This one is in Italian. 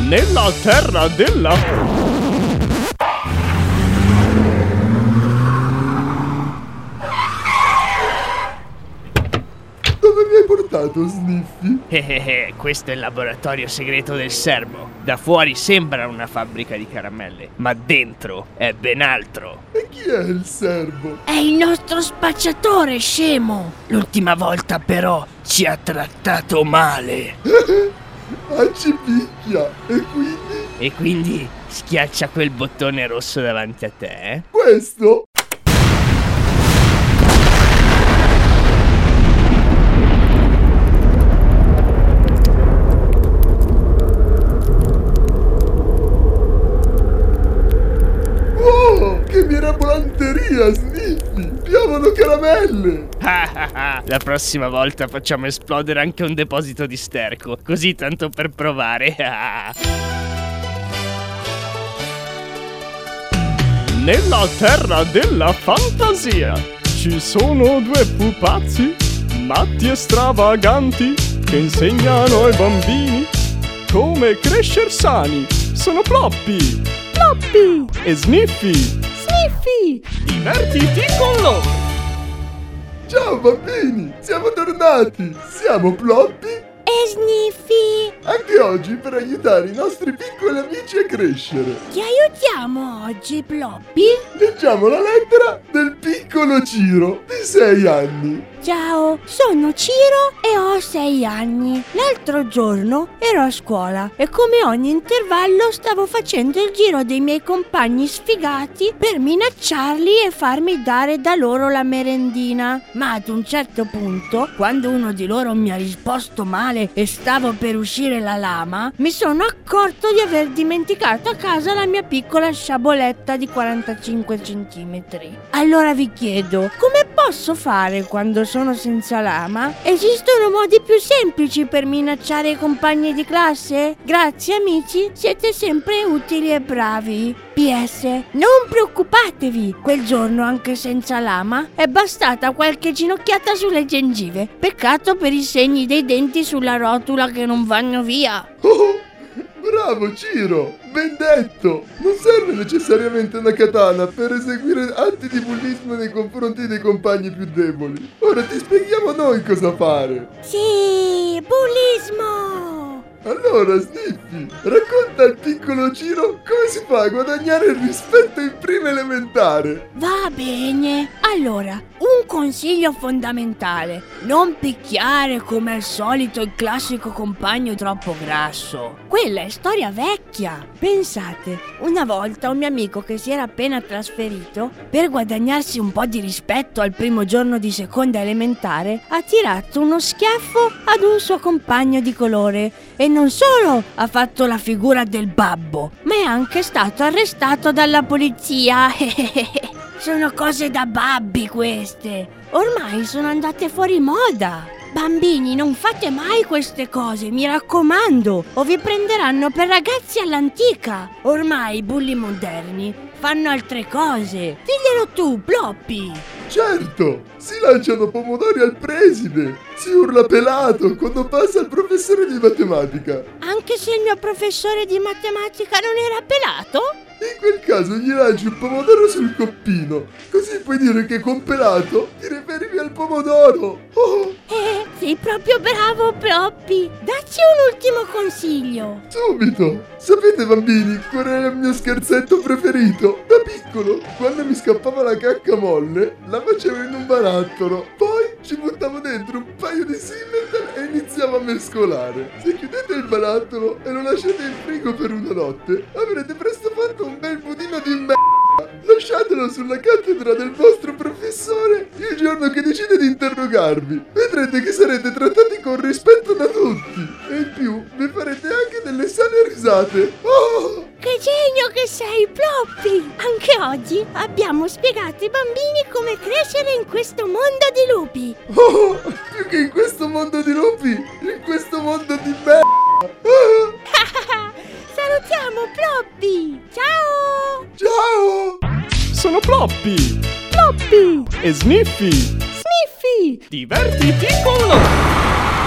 Nella terra della... Dove mi hai portato, Sniffy? Questo è il laboratorio segreto del serbo. Da fuori sembra una fabbrica di caramelle, ma dentro è ben altro. E chi è il serbo? È il nostro spacciatore, scemo! L'ultima volta però ci ha trattato male. Ah, ci picchia! E quindi? Schiaccia quel bottone rosso davanti a te, eh? Questo? Wow, che mirabolanteria, Sniffy! Piovono caramelle! La prossima volta facciamo esplodere anche un deposito di sterco, così tanto per provare. Nella terra della fantasia ci sono due pupazzi matti e stravaganti che insegnano ai bambini come crescer sani. Sono Ploppy e Sniffy. Divertiti con loro. Ciao bambini, siamo tornati! Siamo Ploppy E Sniffy! anche oggi per aiutare i nostri piccoli amici a crescere. Ti aiutiamo oggi, Ploppy? Leggiamo la lettera del piccolo Ciro di 6 anni. Ciao, sono Ciro e ho 6 anni. L'altro giorno ero a scuola e come ogni intervallo stavo facendo il giro dei miei compagni sfigati per minacciarli e farmi dare da loro la merendina. Ma ad un certo punto, quando uno di loro mi ha risposto male e stavo per uscire la lama, mi sono accorto di aver dimenticato a casa la mia piccola sciaboletta di 45 centimetri. Allora vi chiedo, come posso fare quando sono senza lama? Esistono modi più semplici per minacciare i compagni di classe? Grazie amici, siete sempre utili e bravi. PS, non preoccupatevi, quel giorno anche senza lama è bastata qualche ginocchiata sulle gengive. Peccato per i segni dei denti sulla rotula che non vanno via. Oh, bravo Ciro, ben detto! Non serve necessariamente una katana per eseguire atti di bullismo nei confronti dei compagni più deboli. Ora ti spieghiamo noi cosa fare. Sì, bullismo! Allora, Sniffy, racconta al piccolo Ciro come si fa a guadagnare il rispetto in prima elementare. Va bene. Allora, un consiglio fondamentale: non picchiare come al solito il classico compagno troppo grasso. Quella è storia vecchia. Pensate, una volta un mio amico che si era appena trasferito, per guadagnarsi un po' di rispetto al primo giorno di seconda elementare, ha tirato uno schiaffo ad un suo compagno di colore e non solo ha fatto la figura del babbo, ma è anche stato arrestato dalla polizia. Sono cose da babbi queste. Ormai sono andate fuori moda. Bambini, non fate mai queste cose, mi raccomando, o vi prenderanno per ragazzi all'antica. Ormai i bulli moderni fanno altre cose. Diglielo tu, Ploppy. Certo, si lanciano pomodori al preside, si urla pelato quando passa il professore di matematica. Anche se il mio professore di matematica non era pelato? In quel caso gli lanci un pomodoro sul coppino, così puoi dire che con pelato ti riferivi al pomodoro. Oh, Sei proprio bravo, Ploppy. Dacci un ultimo consiglio. subito! Sapete bambini qual era il mio scherzetto preferito? Da piccolo, quando mi scappava la cacca molle, la facevo in un barattolo. Poi ci buttavo dentro un paio di Simmental e iniziavo a mescolare. Se chiudete il barattolo e lo lasciate in frigo per una notte, avrete presto fatto un bel budino di merda. Lasciatelo sulla cattedra del vostro professore il giorno che decide di interrogarvi. Vedrete che sarete trattati con rispetto da tutti. E in più vi farete anche delle sane risate. Oh! Che genio che sei, Ploppy! Anche oggi abbiamo spiegato ai bambini come crescere in questo mondo di lupi. Oh! Più che in questo mondo di lupi, in questo mondo di merda. Oh! Salutiamo Ploppy! Ciao! Ciao! Sono Ploppy Ploppy! e Sniffy. Sniffy! Divertiti con loro.